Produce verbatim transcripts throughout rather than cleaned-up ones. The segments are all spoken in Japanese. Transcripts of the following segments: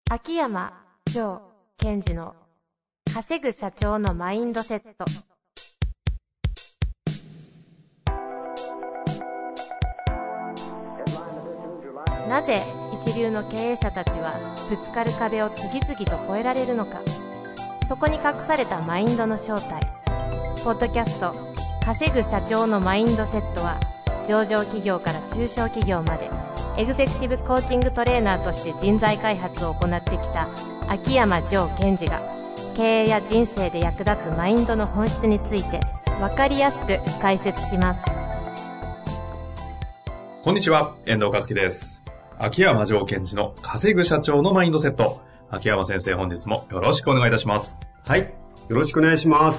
秋山城賢治の稼ぐ社長のマインドセット。なぜ一流の経営者たちはぶつかる壁を次々と越えられるのか。そこに隠されたマインドの正体。ポッドキャスト稼ぐ社長のマインドセットは、上場企業から中小企業までエグゼクティブコーチングトレーナーとして人材開発を行ってきた秋山城賢治が、経営や人生で役立つマインドの本質について分かりやすく解説します。 こんにちは、遠藤和樹です。秋山城賢治の稼ぐ社長のマインドセット。秋山先生、本日もよろしくお願いいたします。 はい、よろしくお願いします。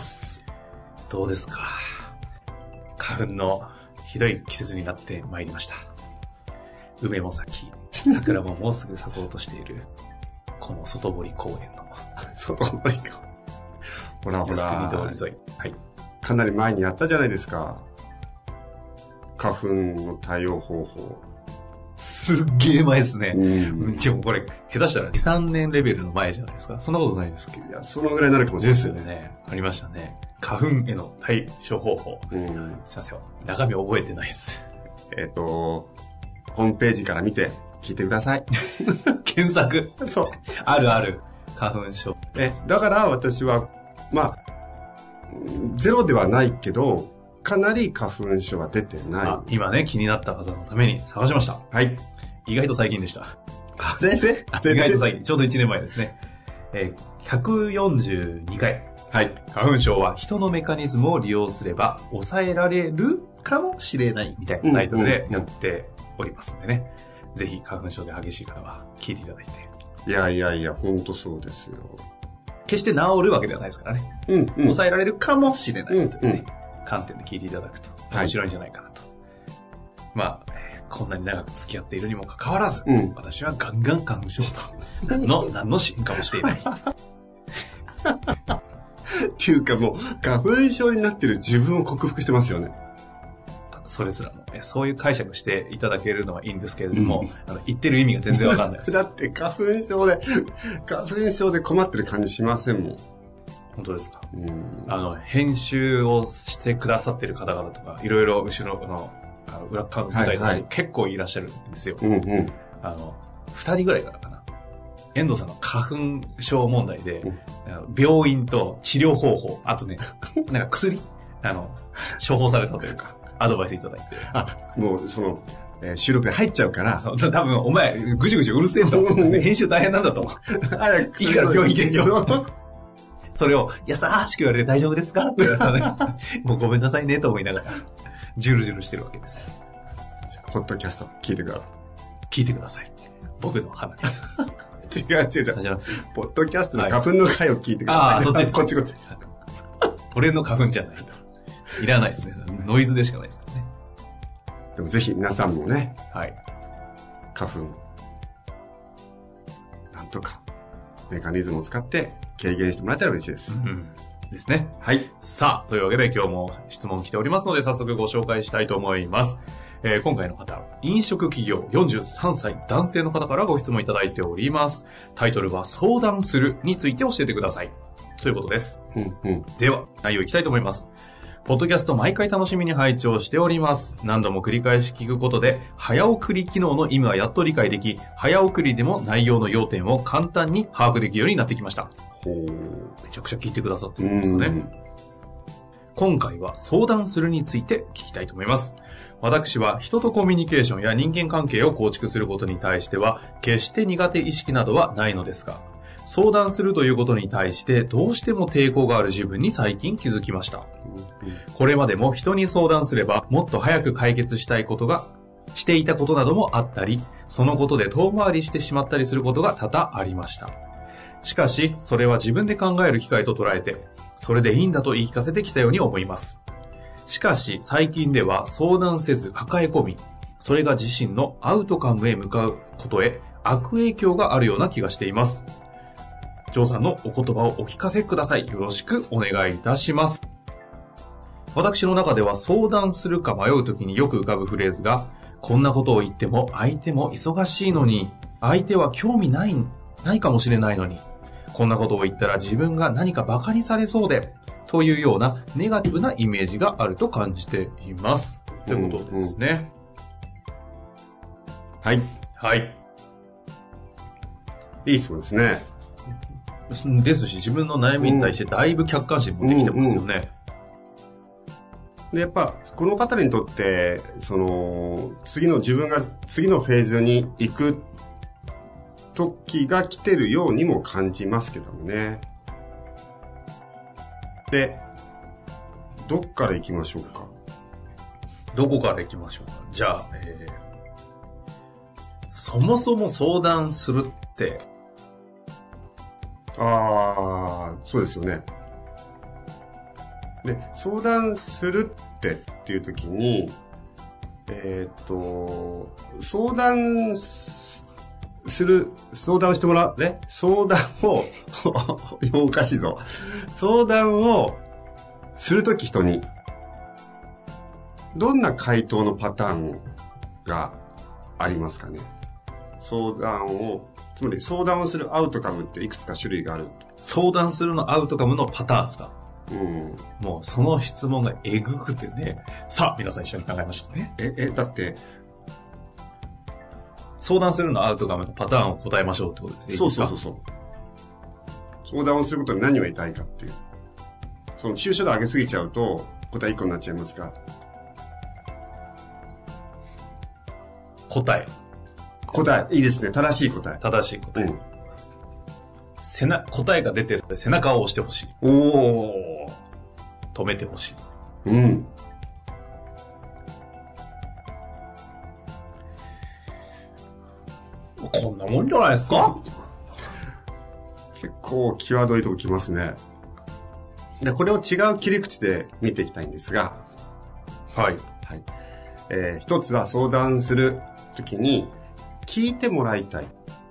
どうですか、花粉のひどい季節になってまいりました。梅も咲き、桜ももうすぐ咲こうとしているこの外堀公園の外堀かほらほら靖国通り沿い、はい、 かなり前にやったじゃないですか、花粉の対応方法。 すっげえ前ですね。 うん。 ちょ、これ下手したらに、さんねんレベルの前じゃないですか。そんなことないですけど。 いや、そのぐらいになるかもしれないですよね。ありましたね。花粉への対処方法。 うん。 すいません、中身覚えてないです。 えっとホームページから見て聞いてください。 検索。 そう。 あるある。花粉症。 え、だから私は、まあ、ゼロではないけど、かなり花粉症は出てない。 今ね、気になった方のために探しました。 はい。 意外と最近でした。 あれれあれれ意外と最近。ちょうどいちねんまえですね。えー、ひゃくよんじゅうにかい。 はい。 花粉症は人のメカニズムを利用すれば抑えられるかもしれないみたいなタイトルでやっておりますのでね。うんうん、ぜひ花粉症で激しい方は聞いていただいて。 いやいやいや、ほんとそうですよ。 決して治るわけではないですからね。 うん、うん。 抑えられるかもしれないというね、 うんうん、観点で聞いていただくと面白いんじゃないかなと。はい、まあ、えー、こんなに長く付き合っているにもかかわらず、うん、私はガンガン花粉症と何の何の進化もしていない。 っていうかもう花粉症になってる自分を克服してますよね。 それすらもそういう解釈していただけるのはいいんですけれども、うん、あの言ってる意味が全然わかんないです。 だって花粉症で花粉症で困ってる感じしませんもん。 本当ですか。 うん、 あの編集をしてくださってる方々とかいろいろ後ろのあの裏側の舞台として結構いらっしゃるんですよ。 うんうん、 あのふたりぐらいからかな。遠藤さんの花粉症問題で、うん、病院と治療方法、あとね、なんか薬、あの、処方されたというか、アドバイスいただいて。 あ、もうその、えー、収録で入っちゃうから。 多分、お前、ぐじゅぐじゅうるせえと思って、ね、編集大変なんだと思う。いいから病院行けよ。それを、優しく言われて大丈夫ですかって言われたらね、もうごめんなさいねと思いながら、ジュルジュルしてるわけです。 じゃあ、ポッドキャスト聞いてください。 聞いてください。僕の花です。 違う違う違う。ポッドキャストの花粉の回を聞いてください、ね。 はい、ああ、そっちです。 こっちこっち。 俺の花粉じゃないと。いらないですね。ノイズでしかないですからね。 でもぜひ皆さんもね。 はい。 花粉。なんとか、メカニズムを使って軽減してもらえたら嬉しいです。 うん。ですね。 はい。 さあ、というわけで今日も質問来ておりますので、早速ご紹介したいと思います。えー、今回の方、飲食企業よんじゅうさんさい男性の方からご質問いただいております。タイトルは相談するについて教えてください。ということです。 うんうん、 では、内容いきたいと思います。ポッドキャスト毎回楽しみに拝聴しております。何度も繰り返し聞くことで、早送り機能の意味はやっと理解でき、早送りでも内容の要点を簡単に把握できるようになってきました。 ほう。 めちゃくちゃ聞いてくださってるんですよね。今回は相談するについて聞きたいと思います。私は人とコミュニケーションや人間関係を構築することに対しては決して苦手意識などはないのですが、相談するということに対してどうしても抵抗がある自分に最近気づきました。これまでも人に相談すればもっと早く解決したいことがしていたことなどもあったり、そのことで遠回りしてしまったりすることが多々ありました。しかしそれは自分で考える機会と捉えて、それでいいんだと言い聞かせてきたように思います。しかし最近では相談せず抱え込み、それが自身のアウトカムへ向かうことへ悪影響があるような気がしています。ジョーさんのお言葉をお聞かせください。よろしくお願いいたします。私の中では相談するか迷うときによく浮かぶフレーズが、こんなことを言っても相手も忙しいのに、相手は興味ないないかもしれないのに、こんなことを言ったら自分が何か馬鹿にされそうで、というようなネガティブなイメージがあると感じています。ということですね。 うんうん、はい。 はい。 いい質問ですね。 ですし、自分の悩みに対してだいぶ客観視持ってきてますよね。うんうんうんで、やっぱ、この方にとって、その、次の自分が次のフェーズに行く時が来てるようにも感じますけどもね。で、どっから行きましょうか。 どこから行きましょうか。じゃあ、えー、そもそも相談するって。 ああ、そうですよね。で、相談するってっていう時に、えっと、相談する、相談してもらう、ね、相談を、おかしいぞ。相談をするとき人に、どんな回答のパターンがありますかね。相談を、つまり相談をするアウトカムっていくつか種類がある。 相談するのアウトカムのパターンですか。 うん、 もうその質問がえぐくてね。さあ皆さん一緒に考えましょうね。 え、え、だって相談するのアウトカムのパターンを答えましょうってことですね。 そうそうそうそう。相談をすることに何を得たいかっていう。その抽象度上げすぎちゃうと答えいっこになっちゃいますが。 答え。 答え。いいですね。正しい答え。 正しい答え。うん、背な答えが出てるので背中を押してほしい。 おー。 止めてほしい。 うん。 こんなもんじゃないですか。 結構際どいとこ来ますね。で、これを違う切り口で見ていきたいんですが。 はい。 はい。えー、一つは相談するときに聞いてもらいたい。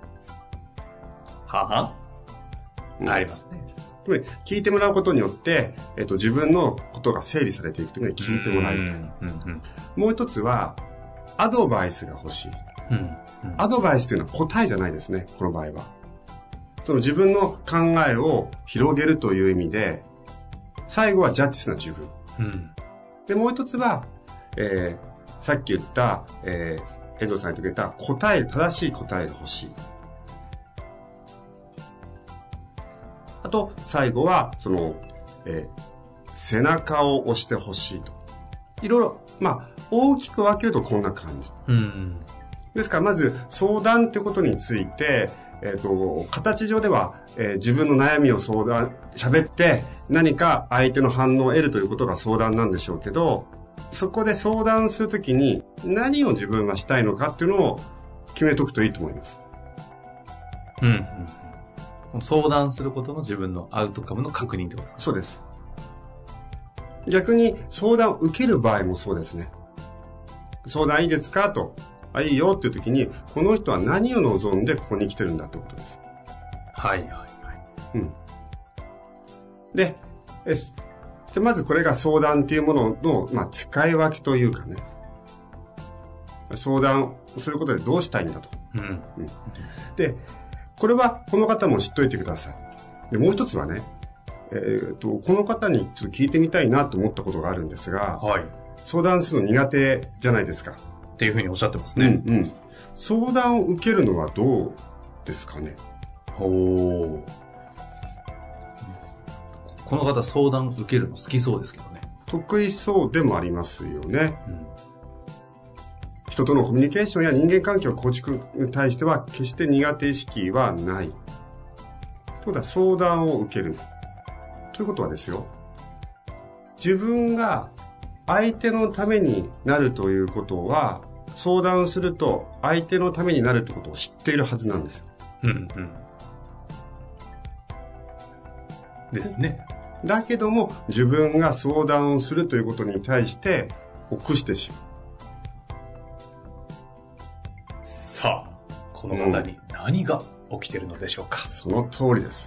はは、うん、ありますね。 つまり聞いてもらうことによって、えっと、自分のことが整理されていくというのに聞いてもらいたい。うんうんうん、もう一つは、アドバイスが欲しい、うんうん。アドバイスというのは答えじゃないですね、この場合は。その自分の考えを広げるという意味で、最後はジャッジするのは自分。うん、で、もう一つは、えー、さっき言った、えー、遠藤さんに言ってくれた答え、正しい答えが欲しい。あと、最後は、その、えー、背中を押してほしいと。いろいろ、まあ、大きく分けるとこんな感じ。うん、ですから、まず、相談ってことについて、えっと、形上では、えー、自分の悩みを相談、喋って、何か相手の反応を得るということが相談なんでしょうけど、そこで相談するときに、何を自分はしたいのかっていうのを決めとくといいと思います。 うん。うん、相談することの自分のアウトカムの確認ってことですか？ そうです。逆に相談を受ける場合もそうですね。相談いいですかと。あ、いいよっていう時に、この人は何を望んでここに来てるんだってことです。 はいはいはい。 うん。で、えでまずこれが相談っていうものの、まあ、使い分けというかね。相談をすることでどうしたいんだと。うん。うん、で、これはこの方も知っといてください。で、もう一つはね、えー、とこの方にちょっと聞いてみたいなと思ったことがあるんですが、はい、相談するの苦手じゃないですかっていうふうにおっしゃってますね。 うんうん、相談を受けるのはどうですかね。 ほう。この方相談受けるの好きそうですけどね。 得意そうでもありますよね。うん、人とのコミュニケーションや人間関係を構築に対しては決して苦手意識はない。ということは相談を受ける。ということはですよ。自分が相手のためになるということは、相談すると相手のためになるということを知っているはずなんですよ。うんうん。 ですね。 だけども自分が相談をするということに対して臆してしまう。 さあ、この方に何が起きているのでしょうか。 うん、その通りです。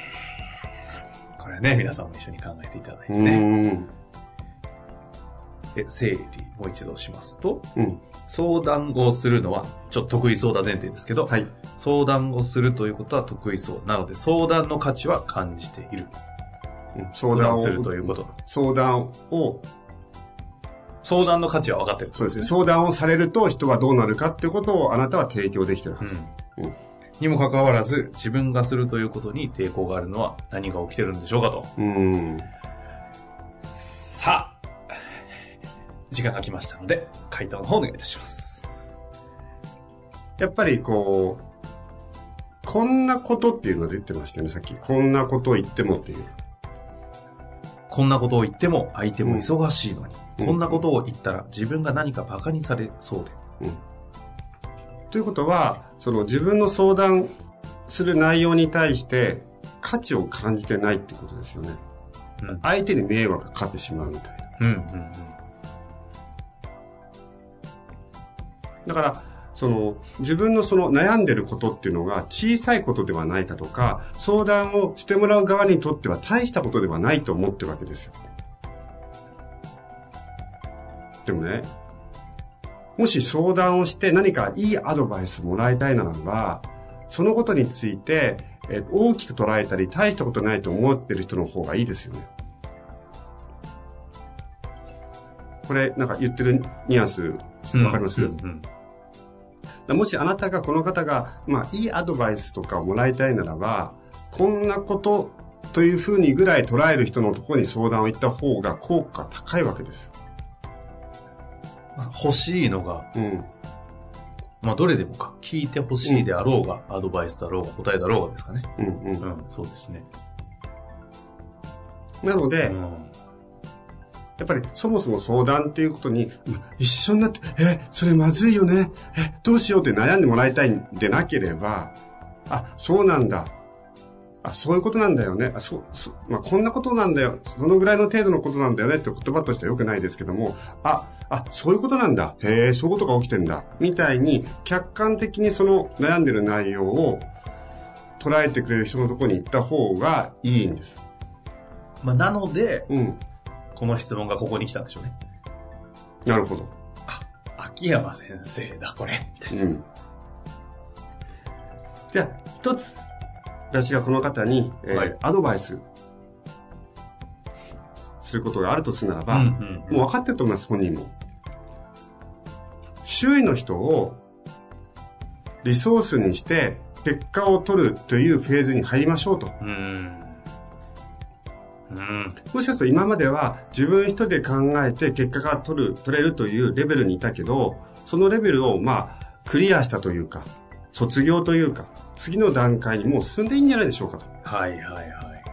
これね、皆さんも一緒に考えていただいてね。 え整理もう一度しますと、 うん、 相談をするのはちょっと得意そうだ前提ですけど、 はい、 相談をするということは得意そうなので、相談の価値は感じている、 うん、相談をするということ相談を相談の価値は分かってる、 そうですね。相談をされると人はどうなるかっていうことをあなたは提供できてるはず、 うんうん、にもかかわらず自分がするということに抵抗があるのは何が起きてるんでしょうかと。 うん、 さあ時間が来ましたので回答の方お願いいたします。 やっぱりこうこんなことっていうのが出てましたよね、さっき。こんなことを言ってもっていう、 こんなことを言っても相手も忙しいのに、 うん、 こんなことを言ったら自分が何かバカにされそうで、 うん、ということはその自分の相談する内容に対して価値を感じてないってことですよね、うん、相手に迷惑がかかってしまうみたいな、うんうんうん、だからその自分のその悩んでることっていうのが小さいことではないかとか、相談をしてもらう側にとっては大したことではないと思ってるわけですよ。でもね、もし相談をして何かいいアドバイスもらいたいならば、そのことについてえ大きく捉えたり大したことないと思ってる人の方がいいですよね。これなんか言ってるニュアンスわかります？うんうんうん、もしあなたがこの方が、まあ、いいアドバイスとかをもらいたいならば、こんなことというふうにぐらい捉える人のところに相談を行った方が効果が高いわけですよ。 欲しいのが、うん、まあどれでもか、聞いて欲しいであろうが、うん、アドバイスだろうが、答えだろうがですかね。うんうん。うん、そうですね。 なので、うん、やっぱりそもそも相談っていうことに一緒になって、え、それまずいよね、え、どうしようって悩んでもらいたいんでなければ、あ、そうなんだ。あ、そういうことなんだよね。あ、そう、そまあ、こんなことなんだよ。そのぐらいの程度のことなんだよねって言葉としては良くないですけども、あ、あ、そういうことなんだ。へえ、そういうことが起きてんだ。みたいに、客観的にその悩んでる内容を捉えてくれる人のところに行った方がいいんです。 まあ、なので、 うん。 この質問がここに来たんでしょうね。 なるほど。 あ、秋山先生だ、これ。 うん。じゃあ、一つ。私がこの方に、えーはい、アドバイスすることがあるとするならば、うんうんうん、もう分かってると思います、本人も。周囲の人をリソースにして結果を取るというフェーズに入りましょうと。うんうん、もしかすると今までは自分一人で考えて結果が取る、取れるというレベルにいたけど、そのレベルをまあクリアしたというか、卒業というか、次の段階にもう進んでいいんじゃないでしょうかと。 はいはいはい。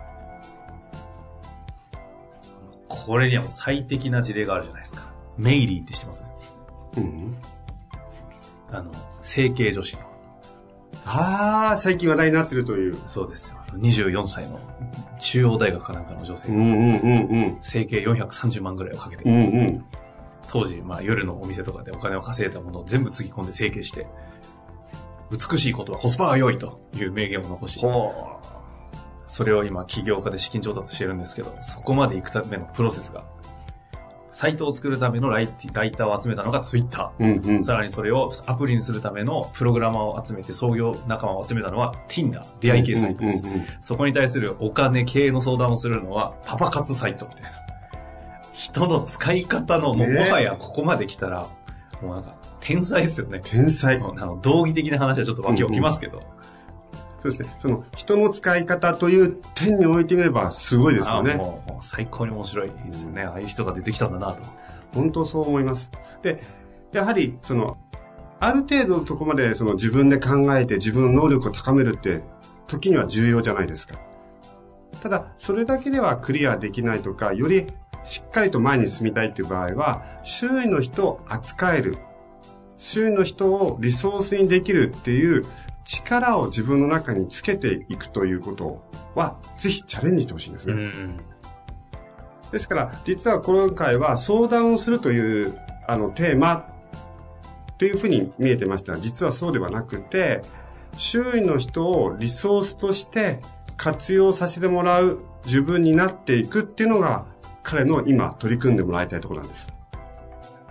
これにはもう最適な事例があるじゃないですか。メイリーって知ってます？うん。あの、整形女子の。 ああ、最近話題になってるという。 そうですよ。にじゅうよんさいの中央大学かなんかの女性が、 うんうんうんうん、 整形よんひゃくさんじゅうまんぐらいをかけて、 うんうん、 当時、まあ夜のお店とかでお金を稼いだものを全部つぎ込んで整形して、美しいことはコスパが良いという名言を残し、それを今起業家で資金調達してるんですけど、そこまで行くためのプロセスが、サイトを作るためのライライターを集めたのがツイッター、うんうん、さらにそれをアプリにするためのプログラマーを集めて創業仲間を集めたのは Tinder、出会い系サイトです、うんうんうんうん、そこに対するお金経営の相談をするのはパパ活サイトみたいな、人の使い方のもうもはやここまで来たらもうなんか天才ですよね。 天才。 あの道義的な話はちょっと脇を置きますけど、うんうん、 そうですね。その人の使い方という点においてみればすごいですよね。 もう、もう最高に面白いですよね、うん。ああいう人が出てきたんだなと。 本当そう思います。で、やはりそのある程度のところまでその自分で考えて自分の能力を高めるって時には重要じゃないですか。ただそれだけではクリアできないとか、よりしっかりと前に進みたいっていう場合は、周囲の人を扱える、周囲の人をリソースにできるっていう力を自分の中につけていくということはぜひチャレンジしてほしいんですね。うん、ですから実は今回は相談をするというあのテーマというふうに見えてましたが、実はそうではなくて、周囲の人をリソースとして活用させてもらう自分になっていくっていうのが彼の今取り組んでもらいたいところなんです。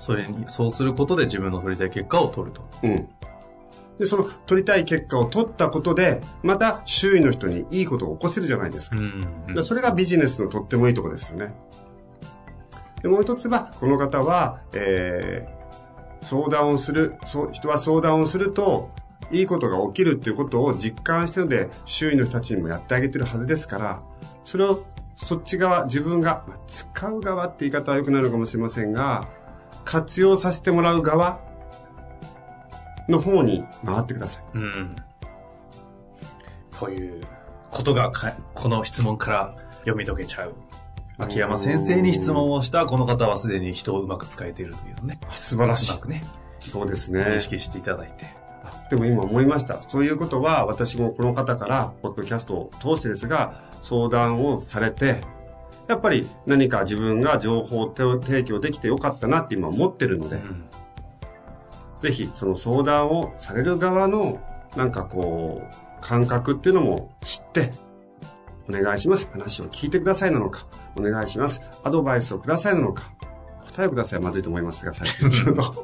それに、そうすることで自分の取りたい結果を取ると。 うん。で、その取りたい結果を取ったことで、また周囲の人にいいことを起こせるじゃないですか。うんうん、だそれがビジネスのとってもいいところですよね。で、もう一つは、この方は、えー、相談をする、そう、人は相談をすると、いいことが起きるっていうことを実感してるので、周囲の人たちにもやってあげてるはずですから、それをそっち側、自分が、まあ、使う側って言い方は良くなるのかもしれませんが、活用させてもらう側の方に回ってください。うん。 ということがか、この質問から読み解けちゃう。秋山先生に質問をしたこの方はすでに人をうまく使えているというね。 素晴らしい。 うまくね。 そうですね。 意識していただいて。 でも今思いました。そういうことは私もこの方からポッドキャストを通してですが相談をされて、やっぱり何か自分が情報を提供できてよかったなって今思ってるので、うん、ぜひその相談をされる側のなんかこう感覚っていうのも知ってお願いします。話を聞いてくださいなのか、お願いします。アドバイスをくださいなのか、答えをくださいはまずいと思いますが、最近ちょっと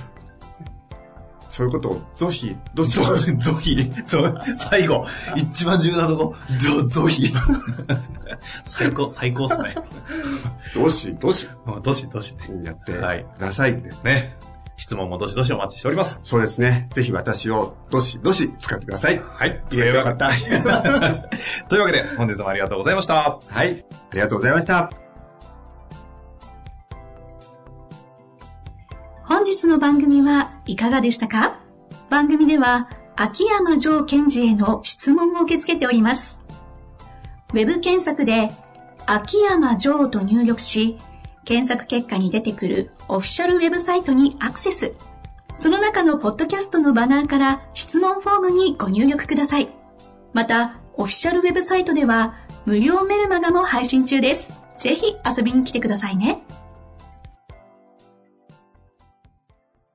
そういうことを、ゾヒ、どしどし。 ゾヒ、最後、一番重要なとこ、ゾ、ゾヒ。最高、最高っすね。 どし、どし。 どし、どしね。やってくださいですね。 質問もどしどしお待ちしております。 そうですね。ぜひ私をどしどし使ってください。 はい。 言えばよかった。 というわけで、本日もありがとうございました。 はい。ありがとうございました。 本日の番組はいかがでしたか？番組では秋山城賢治への質問を受け付けております。ウェブ検索で秋山城と入力し、検索結果に出てくるオフィシャルウェブサイトにアクセス。その中のポッドキャストのバナーから質問フォームにご入力ください。また、オフィシャルウェブサイトでは無料メルマガも配信中です。ぜひ遊びに来てくださいね。